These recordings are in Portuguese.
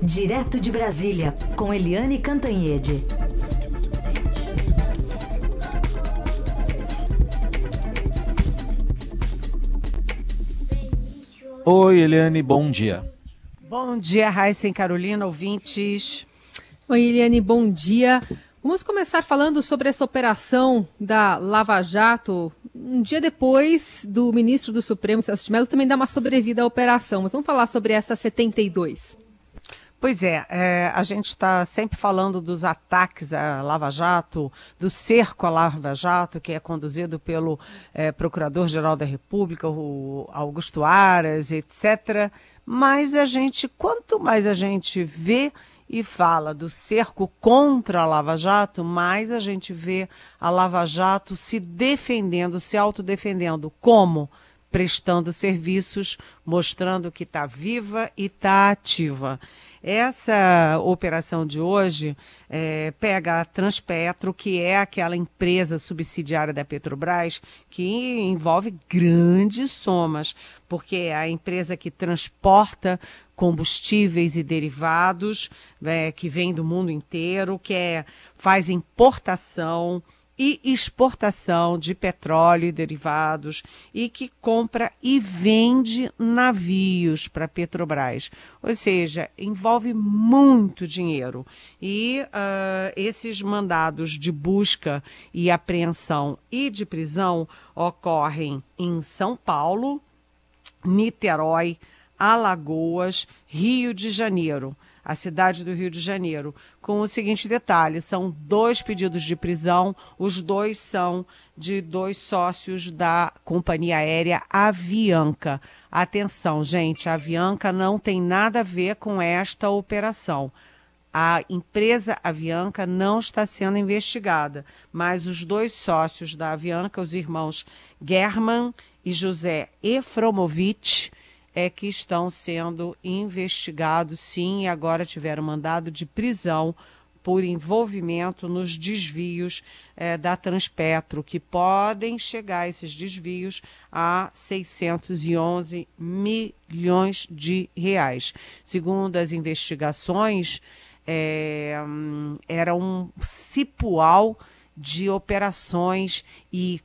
Direto de Brasília, com Eliane Cantanhede. Oi, Eliane, bom dia. Bom dia, Raíssa e Carolina, ouvintes. Oi, Eliane, bom dia. Vamos começar falando sobre essa operação da Lava Jato. Um dia depois do ministro do Supremo, Celso de Mello, também dá uma sobrevida à operação. Mas vamos falar sobre essa 72. Pois é, a gente está sempre falando dos ataques à Lava Jato, do cerco à Lava Jato, que é conduzido pelo Procurador-Geral da República, o Augusto Aras, etc. Mas quanto mais a gente vê e fala do cerco contra a Lava Jato, mais a gente vê a Lava Jato se defendendo, se autodefendendo. Como? Prestando serviços, mostrando que está viva e está ativa. Essa operação de hoje pega a Transpetro, que é aquela empresa subsidiária da Petrobras, que envolve grandes somas, porque é a empresa que transporta combustíveis e derivados, que vem do mundo inteiro, faz importação e exportação de petróleo e derivados e que compra e vende navios para a Petrobras. Ou seja, envolve muito dinheiro. E esses mandados de busca e apreensão e de prisão ocorrem em São Paulo, Niterói, Alagoas, Rio de Janeiro. A cidade do Rio de Janeiro, com o seguinte detalhe: são 2 pedidos de prisão, os 2 são de 2 sócios da companhia aérea Avianca. Atenção, gente, a Avianca não tem nada a ver com esta operação. A empresa Avianca não está sendo investigada, mas os 2 sócios da Avianca, os irmãos German e José Efromovich, que estão sendo investigados, sim, e agora tiveram mandado de prisão por envolvimento nos desvios da Transpetro, que podem chegar, esses desvios, a 611 milhões de reais. Segundo as investigações, era um cipual de operações e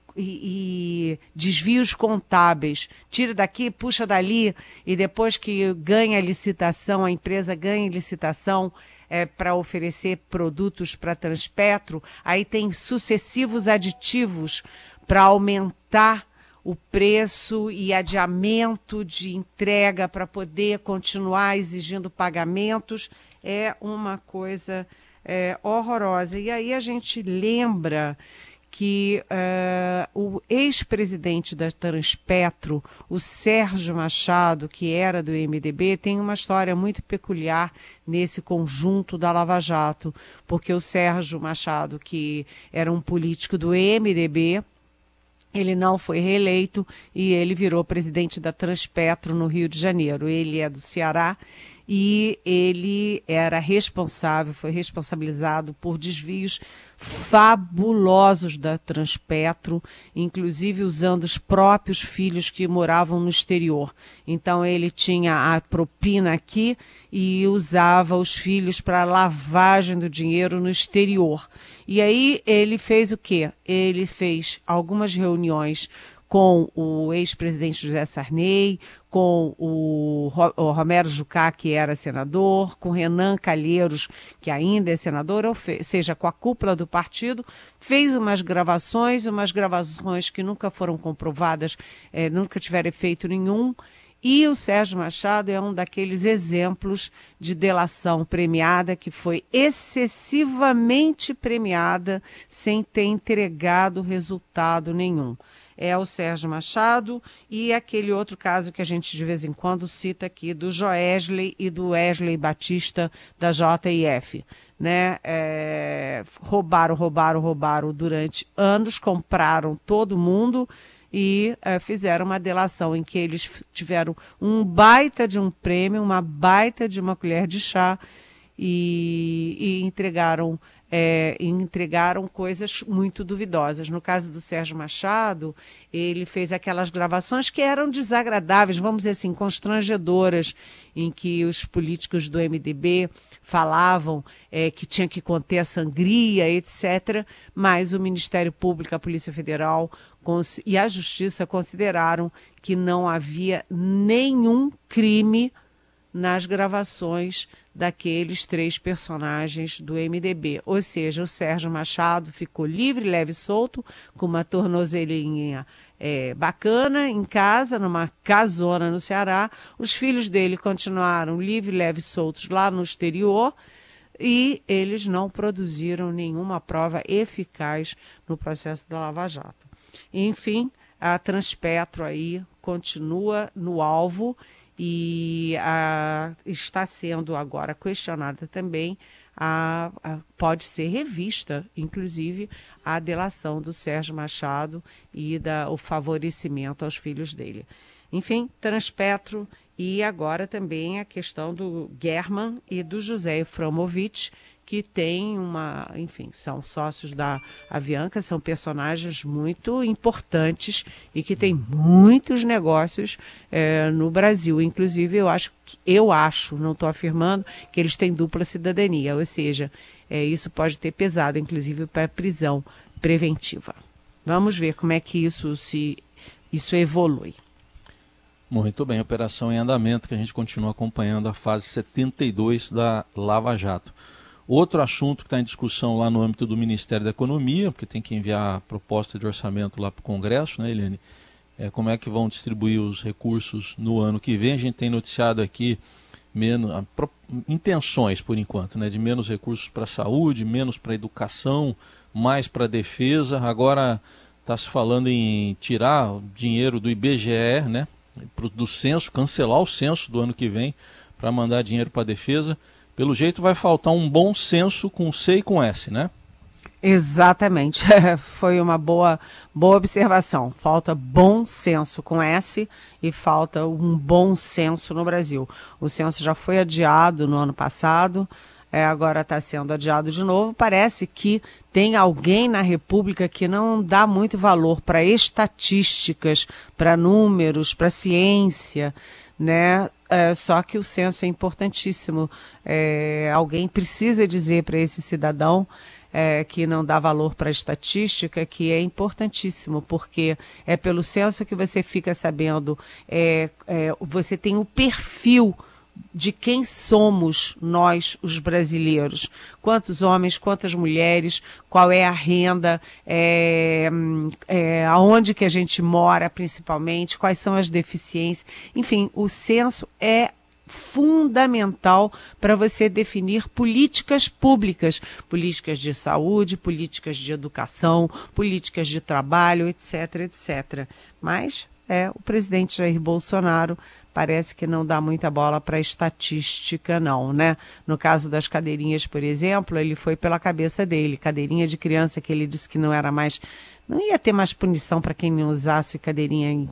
desvios contábeis. Tira daqui, puxa dali, e depois que ganha a licitação, a empresa ganha licitação para oferecer produtos para a Transpetro, aí tem sucessivos aditivos para aumentar o preço e adiamento de entrega para poder continuar exigindo pagamentos. É uma coisa horrorosa. E aí a gente lembra que o ex-presidente da Transpetro, o Sérgio Machado, que era do MDB, tem uma história muito peculiar nesse conjunto da Lava Jato, porque o Sérgio Machado, que era um político do MDB, ele não foi reeleito e ele virou presidente da Transpetro no Rio de Janeiro. Ele é do Ceará e ele foi responsabilizado por desvios fabulosos da Transpetro, inclusive usando os próprios filhos que moravam no exterior. Então ele tinha a propina aqui e usava os filhos para lavagem do dinheiro no exterior. E aí ele fez o quê? Ele fez algumas reuniões com o ex-presidente José Sarney, com o Romero Jucá, que era senador, com Renan Calheiros, que ainda é senador, ou seja, com a cúpula do partido, fez umas gravações que nunca foram comprovadas, nunca tiveram efeito nenhum. E o Sérgio Machado é um daqueles exemplos de delação premiada, que foi excessivamente premiada sem ter entregado resultado nenhum. É o Sérgio Machado e aquele outro caso que a gente de vez em quando cita aqui, do Joesley e do Wesley Batista, da JIF. Né? Roubaram durante anos, compraram todo mundo e fizeram uma delação em que eles tiveram um baita de um prêmio, uma baita de uma colher de chá e entregaram entregaram coisas muito duvidosas. No caso do Sérgio Machado, ele fez aquelas gravações que eram desagradáveis, vamos dizer assim, constrangedoras, em que os políticos do MDB falavam que tinha que conter a sangria, etc., mas o Ministério Público, a Polícia Federal e a Justiça consideraram que não havia nenhum crime nas gravações daqueles 3 personagens do MDB. Ou seja, o Sérgio Machado ficou livre, leve e solto, com uma tornozelinha bacana em casa, numa casona no Ceará. Os filhos dele continuaram livre, leve e soltos lá no exterior, e eles não produziram nenhuma prova eficaz no processo da Lava Jato. Enfim, a Transpetro aí continua no alvo e está sendo agora questionada também, pode ser revista, inclusive, a delação do Sérgio Machado e o favorecimento aos filhos dele. Enfim, Transpetro e agora também a questão do German e do José Eframovich, que tem enfim, são sócios da Avianca, são personagens muito importantes e que têm muitos negócios no Brasil. Inclusive, eu acho, não estou afirmando, que eles têm dupla cidadania, ou seja, isso pode ter pesado, inclusive, para a prisão preventiva. Vamos ver como é que isso evolui. Muito bem, operação em andamento, que a gente continua acompanhando a fase 72 da Lava Jato. Outro assunto que está em discussão lá no âmbito do Ministério da Economia, porque tem que enviar a proposta de orçamento lá para o Congresso, né, Eliane? Como é que vão distribuir os recursos no ano que vem. A gente tem noticiado aqui intenções, por enquanto, né, de menos recursos para a saúde, menos para a educação, mais para a defesa. Agora está se falando em tirar o dinheiro do IBGE, né, do censo, cancelar o censo do ano que vem para mandar dinheiro para a defesa. Pelo jeito vai faltar um bom senso com C e com S, né? Exatamente, foi uma boa observação. Falta bom senso com S e falta um bom senso no Brasil. O censo já foi adiado no ano passado, agora está sendo adiado de novo. Parece que tem alguém na República que não dá muito valor para estatísticas, para números, para ciência, né? Só que o censo é importantíssimo. Alguém precisa dizer para esse cidadão que não dá valor para a estatística, que é importantíssimo, porque é pelo censo que você fica sabendo, você tem o perfil de quem somos nós, os brasileiros. Quantos homens, quantas mulheres, qual é a renda, aonde que a gente mora principalmente, quais são as deficiências. Enfim, o censo é fundamental para você definir políticas públicas, políticas de saúde, políticas de educação, políticas de trabalho, etc, etc. Mas o presidente Jair Bolsonaro parece que não dá muita bola para a estatística, não, né? No caso das cadeirinhas, por exemplo, ele foi pela cabeça dele. Cadeirinha de criança que ele disse que não ia ter mais punição para quem não usasse cadeirinha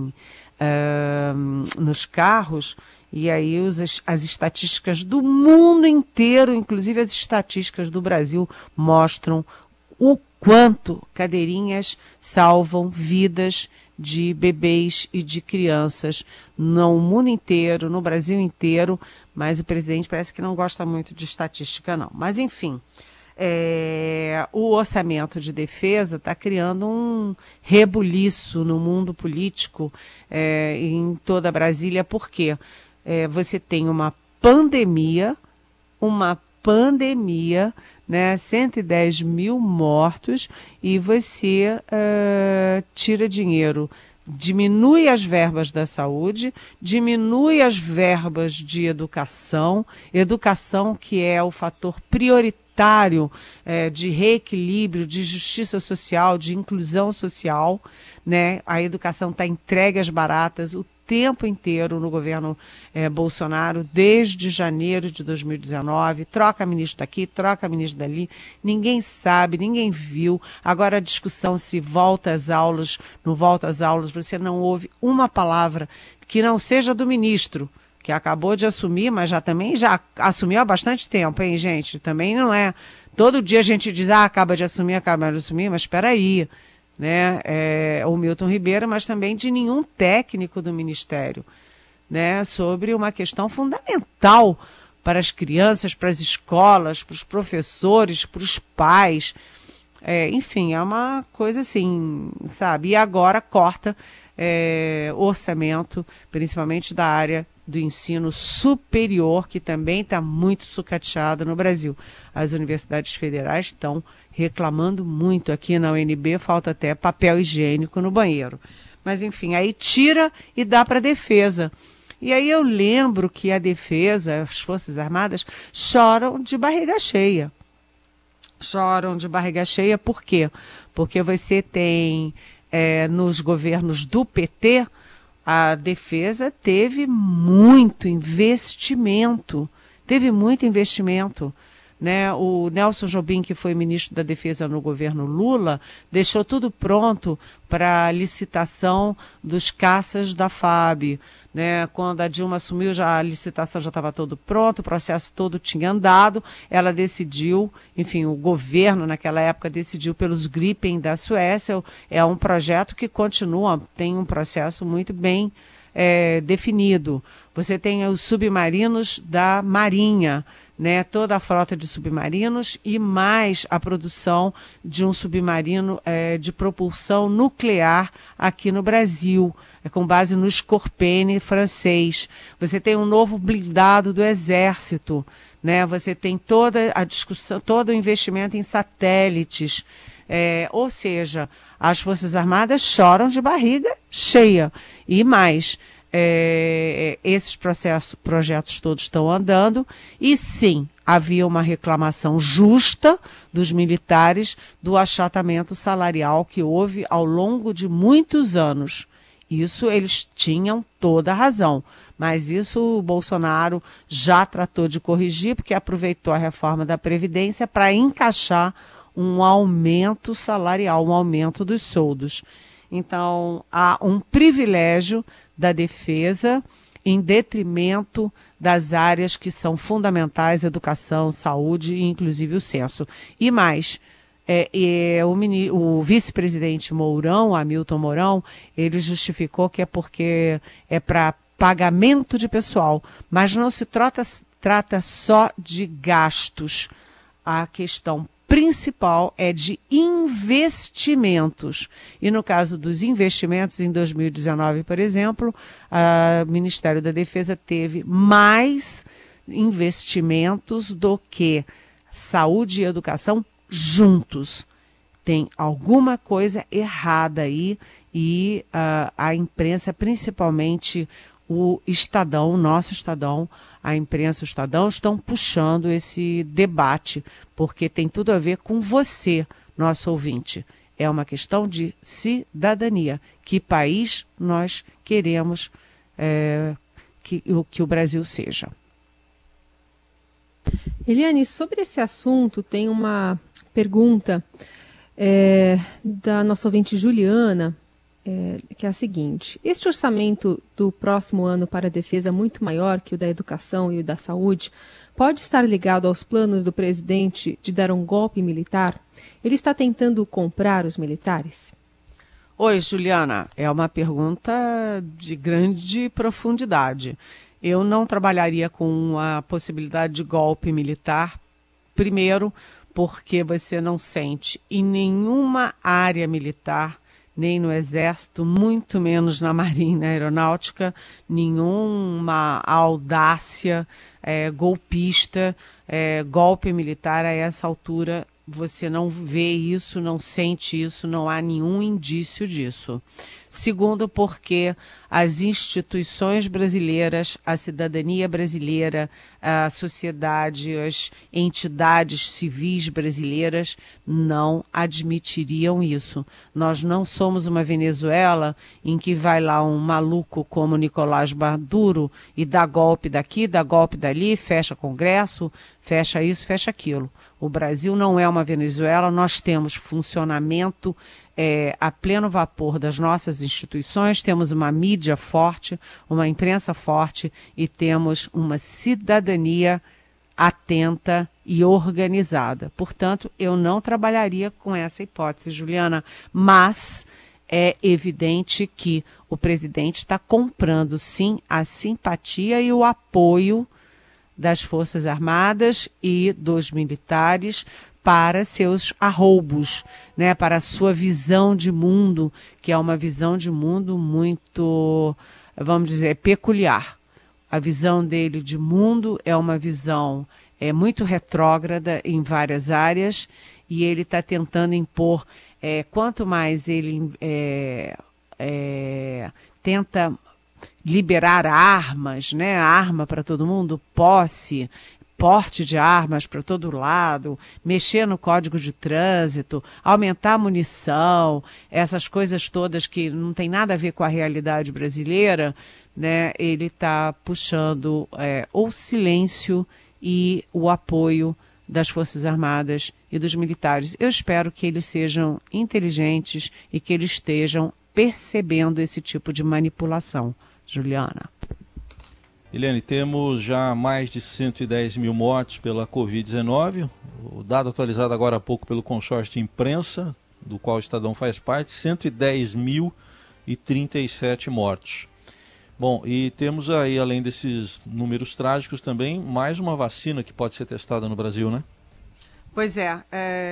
nos carros. E aí as estatísticas do mundo inteiro, inclusive as estatísticas do Brasil, mostram o quanto cadeirinhas salvam vidas de bebês e de crianças no mundo inteiro, no Brasil inteiro, mas o presidente parece que não gosta muito de estatística, não. Mas, enfim, o orçamento de defesa está criando um rebuliço no mundo político em toda Brasília, porque você tem uma pandemia, né, 110 mil mortos, e você tira dinheiro, diminui as verbas da saúde, diminui as verbas de educação que é o fator prioritário de reequilíbrio, de justiça social, de inclusão social, né? A educação está entregue às baratas o tempo inteiro no governo Bolsonaro, desde janeiro de 2019, troca ministro daqui, troca ministro dali, ninguém sabe, ninguém viu. Agora a discussão se volta às aulas, não volta às aulas, você não ouve uma palavra que não seja do ministro, que acabou de assumir, mas já assumiu há bastante tempo, hein, gente? Também não é Todo dia a gente diz, acaba de assumir, mas espera aí, né? O Milton Ribeiro, mas também de nenhum técnico do Ministério, né? Sobre uma questão fundamental para as crianças, para as escolas, para os professores, para os pais. Enfim, é uma coisa assim, sabe? E agora corta orçamento, principalmente da área do ensino superior, que também está muito sucateado no Brasil. As universidades federais estão reclamando muito. Aqui na UNB falta até papel higiênico no banheiro. Mas, enfim, aí tira e dá para a defesa. E aí eu lembro que a defesa, as Forças Armadas, choram de barriga cheia. Choram de barriga cheia por quê? Porque você tem, nos governos do PT, a defesa teve muito investimento, né? O Nelson Jobim, que foi ministro da Defesa no governo Lula, deixou tudo pronto para a licitação dos caças da FAB, né? Quando a Dilma assumiu, a licitação já estava todo pronto, o processo todo tinha andado, ela decidiu, enfim, o governo naquela época decidiu pelos Gripen da Suécia. É um projeto que continua, tem um processo muito bem definido. Você tem os submarinos da Marinha, né, toda a frota de submarinos e mais a produção de um submarino de propulsão nuclear aqui no Brasil, com base no Scorpene francês. Você tem um novo blindado do Exército, né? Você tem toda a discussão, todo o investimento em satélites. Ou seja, as Forças Armadas choram de barriga cheia. E mais, esses projetos todos estão andando e sim, havia uma reclamação justa dos militares do achatamento salarial que houve ao longo de muitos anos. Isso eles tinham toda a razão, mas isso o Bolsonaro já tratou de corrigir, porque aproveitou a reforma da Previdência para encaixar um aumento salarial, um aumento dos soldos. Então, há um privilégio da defesa em detrimento das áreas que são fundamentais, educação, saúde e inclusive o censo. E mais, o vice-presidente Mourão, Hamilton Mourão, ele justificou que é porque é para pagamento de pessoal, mas não se trata só de gastos. A questão principal é de investimentos. E no caso dos investimentos, em 2019, por exemplo, o Ministério da Defesa teve mais investimentos do que saúde e educação juntos. Tem alguma coisa errada aí e a imprensa, principalmente o Estadão, o nosso Estadão, a imprensa, o Estadão, estão puxando esse debate, porque tem tudo a ver com você, nosso ouvinte. É uma questão de cidadania. Que país nós queremos que o Brasil seja? Eliane, sobre esse assunto, tem uma pergunta da nossa ouvinte Juliana, que é a seguinte: este orçamento do próximo ano para a defesa, muito maior que o da educação e o da saúde, pode estar ligado aos planos do presidente de dar um golpe militar? Ele está tentando comprar os militares? Oi, Juliana, é uma pergunta de grande profundidade. Eu não trabalharia com a possibilidade de golpe militar, primeiro, porque você não sente em nenhuma área militar, nem no Exército, muito menos na Marinha e na Aeronáutica, nenhuma audácia golpista, golpe militar a essa altura. Você não vê isso, não sente isso, não há nenhum indício disso. Segundo, porque as instituições brasileiras, a cidadania brasileira, a sociedade, as entidades civis brasileiras não admitiriam isso. Nós não somos uma Venezuela em que vai lá um maluco como Nicolás Maduro e dá golpe daqui, dá golpe dali, fecha Congresso, fecha isso, fecha aquilo. O Brasil não é uma Venezuela, nós temos funcionamento a pleno vapor das nossas instituições, temos uma mídia forte, uma imprensa forte e temos uma cidadania atenta e organizada. Portanto, eu não trabalharia com essa hipótese, Juliana, mas é evidente que o presidente está comprando, sim, a simpatia e o apoio das Forças Armadas e dos militares para seus arroubos, né, para a sua visão de mundo, que é uma visão de mundo muito, vamos dizer, peculiar. A visão dele de mundo é uma visão muito retrógrada em várias áreas, e ele está tentando impor, quanto mais ele tenta liberar armas, né, arma para todo mundo, porte de armas para todo lado, mexer no código de trânsito, aumentar a munição, essas coisas todas que não tem nada a ver com a realidade brasileira, né, ele está puxando o silêncio e o apoio das Forças Armadas e dos militares. Eu espero que eles sejam inteligentes e que eles estejam percebendo esse tipo de manipulação. Juliana. Eliane, temos já mais de 110 mil mortes pela Covid-19, o dado atualizado agora há pouco pelo consórcio de imprensa, do qual o Estadão faz parte, 110.037 mortos. Bom, e temos aí, além desses números trágicos também, mais uma vacina que pode ser testada no Brasil, né? Pois é,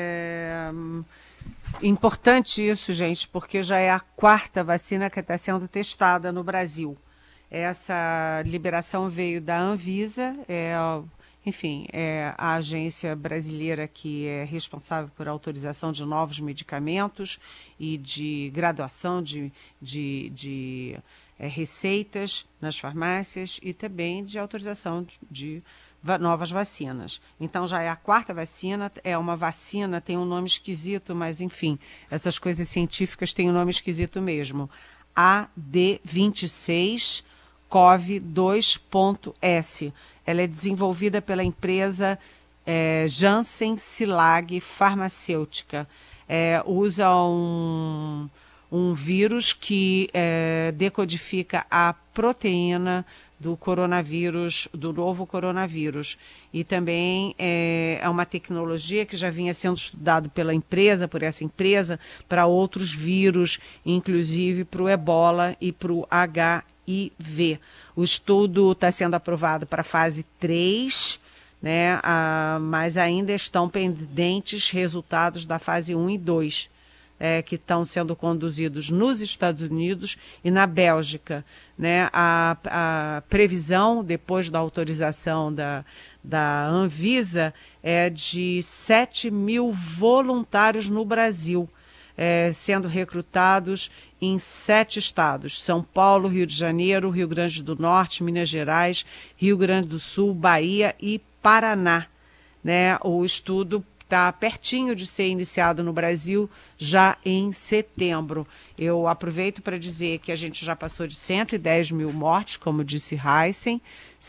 importante isso, gente, porque já é a 4ª vacina que está sendo testada no Brasil. Essa liberação veio da Anvisa, enfim, é a agência brasileira que é responsável por autorização de novos medicamentos e de graduação de receitas nas farmácias e também de autorização de novas vacinas. Então já é a 4ª vacina, é uma vacina, tem um nome esquisito, mas enfim, essas coisas científicas têm um nome esquisito mesmo. AD26 CoV2.S. Ela é desenvolvida pela empresa Janssen Cilag Farmacêutica. Usa um vírus que decodifica a proteína do coronavírus, do novo coronavírus. E também é uma tecnologia que já vinha sendo estudada por essa empresa, para outros vírus, inclusive para o Ebola e para o HIV. O estudo está sendo aprovado para a fase 3, né, mas ainda estão pendentes resultados da fase 1 e 2. Que estão sendo conduzidos nos Estados Unidos e na Bélgica, né? A previsão, depois da autorização da Anvisa, é de 7 mil voluntários no Brasil, sendo recrutados em 7 estados: São Paulo, Rio de Janeiro, Rio Grande do Norte, Minas Gerais, Rio Grande do Sul, Bahia e Paraná, né? O estudo está pertinho de ser iniciado no Brasil já em setembro. Eu aproveito para dizer que a gente já passou de 110 mil mortes, como disse Heisen,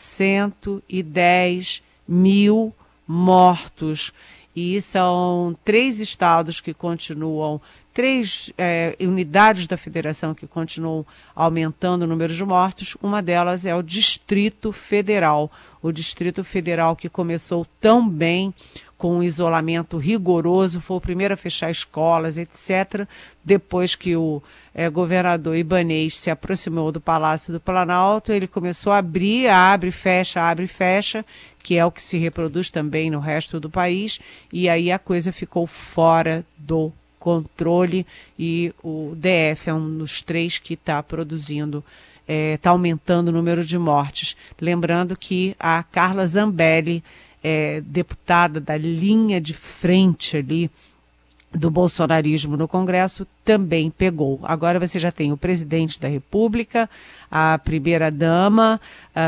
110 mil mortos. E são 3 estados que continuam, 3 unidades da federação que continuam aumentando o número de mortos. Uma delas é o Distrito Federal. O Distrito Federal, que começou tão bem, com um isolamento rigoroso, foi o primeiro a fechar escolas, etc. Depois que o governador Ibanez se aproximou do Palácio do Planalto, ele começou a abrir, abre, fecha, que é o que se reproduz também no resto do país, e aí a coisa ficou fora do controle, e o DF é um dos 3 que está produzindo, está aumentando o número de mortes. Lembrando que a Carla Zambelli, deputada da linha de frente ali do bolsonarismo no Congresso, também pegou. Agora você já tem o presidente da República, a primeira-dama,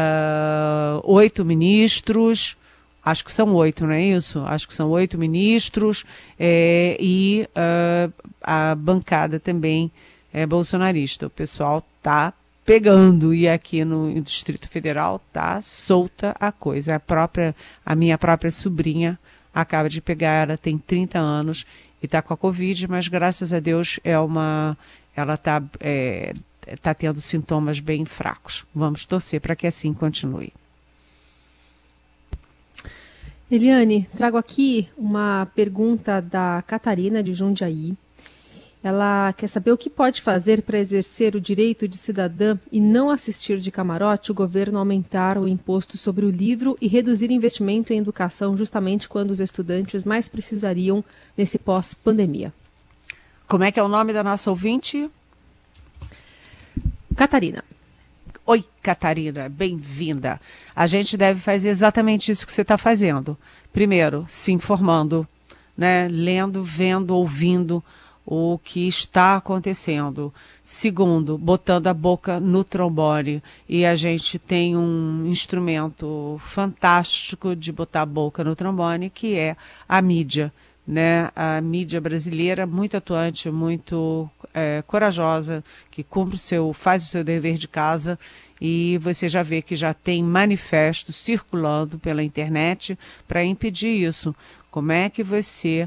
8 ministros, acho que são 8, não é isso? Acho que são 8 ministros, e a bancada também é bolsonarista. O pessoal está pegando, e aqui no Distrito Federal tá solta a coisa. A minha própria sobrinha acaba de pegar, ela tem 30 anos e está com a Covid, mas graças a Deus ela está tendo sintomas bem fracos. Vamos torcer para que assim continue. Eliane, trago aqui uma pergunta da Catarina de Jundiaí. Ela quer saber o que pode fazer para exercer o direito de cidadã e não assistir de camarote o governo aumentar o imposto sobre o livro e reduzir investimento em educação justamente quando os estudantes mais precisariam nesse pós-pandemia. Como é que é o nome da nossa ouvinte? Catarina. Oi, Catarina, bem-vinda. A gente deve fazer exatamente isso que você está fazendo. Primeiro, se informando, né? Lendo, vendo, ouvindo o que está acontecendo. Segundo, botando a boca no trombone. E a gente tem um instrumento fantástico de botar a boca no trombone, que é a mídia, né? A mídia brasileira, muito atuante, muito corajosa, que faz o seu dever de casa, e você já vê que já tem manifestos circulando pela internet para impedir isso. Como é que você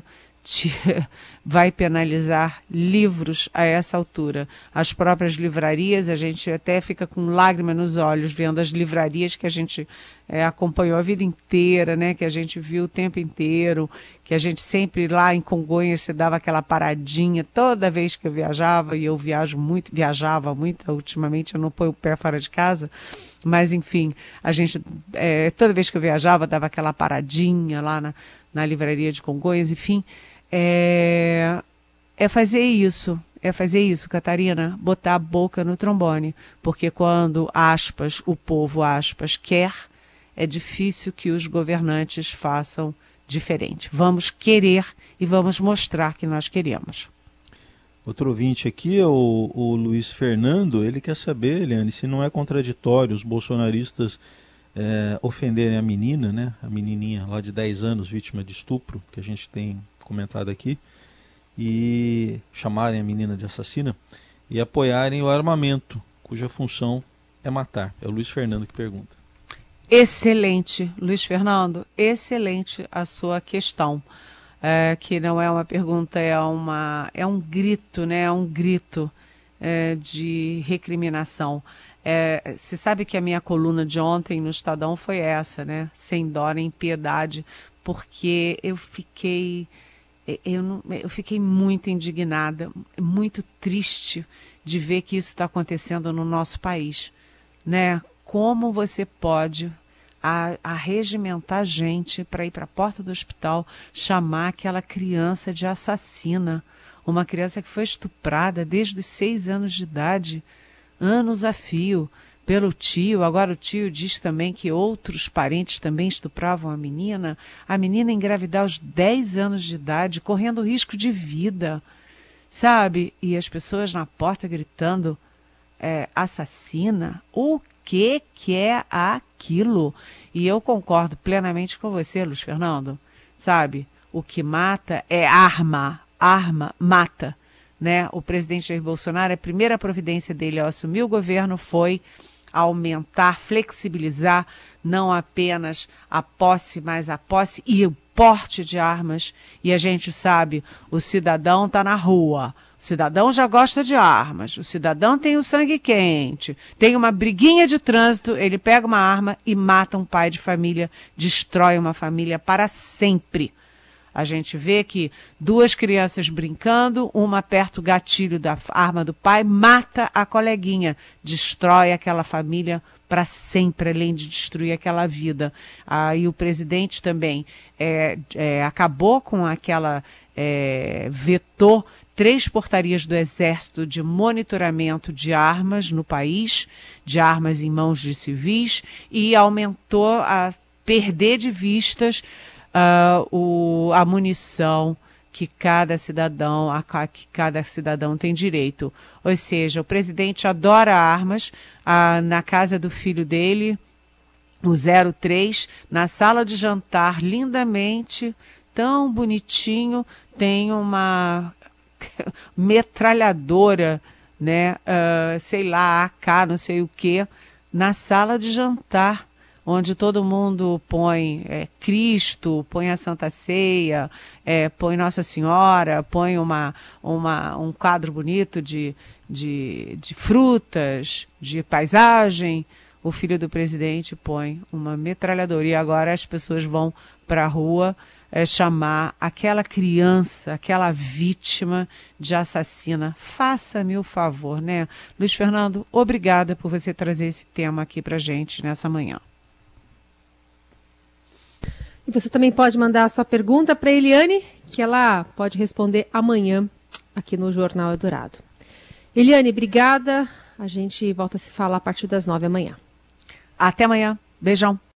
vai penalizar livros a essa altura? As próprias livrarias, a gente até fica com lágrima nos olhos vendo as livrarias que a gente acompanhou a vida inteira, né? Que a gente viu o tempo inteiro, que a gente sempre lá em Congonhas se dava aquela paradinha toda vez que eu viajava, e eu viajava muito, ultimamente eu não ponho o pé fora de casa, mas enfim, a gente toda vez que eu viajava dava aquela paradinha lá na livraria de Congonhas, enfim. É fazer isso, Catarina, botar a boca no trombone, porque quando, aspas, o povo, aspas, quer, é difícil que os governantes façam diferente. Vamos querer e vamos mostrar que nós queremos. Outro ouvinte aqui é o Luiz Fernando. Ele quer saber, Eliane, se não é contraditório os bolsonaristas ofenderem a menina, né? A menininha lá de 10 anos, vítima de estupro, que a gente tem comentado aqui, e chamarem a menina de assassina e apoiarem o armamento, cuja função é matar. É o Luiz Fernando que pergunta. Excelente, Luiz Fernando, excelente a sua questão, que não é uma pergunta, é um grito, né? É um grito de recriminação. Você sabe que a minha coluna de ontem no Estadão foi essa, né? Sem dó nem piedade, porque eu fiquei muito indignada, muito triste de ver que isso está acontecendo no nosso país, né? Como você pode arregimentar gente para ir para a porta do hospital, chamar aquela criança de assassina, uma criança que foi estuprada desde os 6 anos de idade, anos a fio, pelo tio. Agora o tio diz também que outros parentes também estupravam a menina engravidar aos 10 anos de idade, correndo risco de vida, sabe? E as pessoas na porta gritando, assassina? O que é aquilo? E eu concordo plenamente com você, Luiz Fernando, sabe? O que mata é arma mata, né? O presidente Jair Bolsonaro, a primeira providência dele ao assumir o governo foi aumentar, flexibilizar não apenas a posse, mas a posse e o porte de armas. E a gente sabe, o cidadão está na rua, o cidadão já gosta de armas, o cidadão tem o sangue quente, tem uma briguinha de trânsito, ele pega uma arma e mata um pai de família, destrói uma família para sempre. A gente vê que 2 crianças brincando, uma aperta o gatilho da arma do pai, mata a coleguinha, destrói aquela família para sempre, além de destruir aquela vida. E o presidente também acabou com aquela, vetou 3 portarias do Exército de monitoramento de armas no país, de armas em mãos de civis, e aumentou a perder de vistas a munição que cada cidadão tem direito. Ou seja, o presidente adora armas. Na casa do filho dele, o 03, na sala de jantar, lindamente, tão bonitinho, tem uma metralhadora, né? Sei lá, AK, não sei o quê, na sala de jantar, onde todo mundo põe Cristo, põe a Santa Ceia, põe Nossa Senhora, põe um quadro bonito de frutas, de paisagem. o filho do presidente põe uma metralhadora. E agora as pessoas vão para a rua chamar aquela criança, aquela vítima de assassina. Faça-me o favor, né? Luiz Fernando, obrigada por você trazer esse tema aqui para a gente nessa manhã. E você também pode mandar a sua pergunta para a Eliane, que ela pode responder amanhã aqui no Jornal Eldorado. Eliane, obrigada. A gente volta a se falar a partir das 9 amanhã. Até amanhã. Beijão.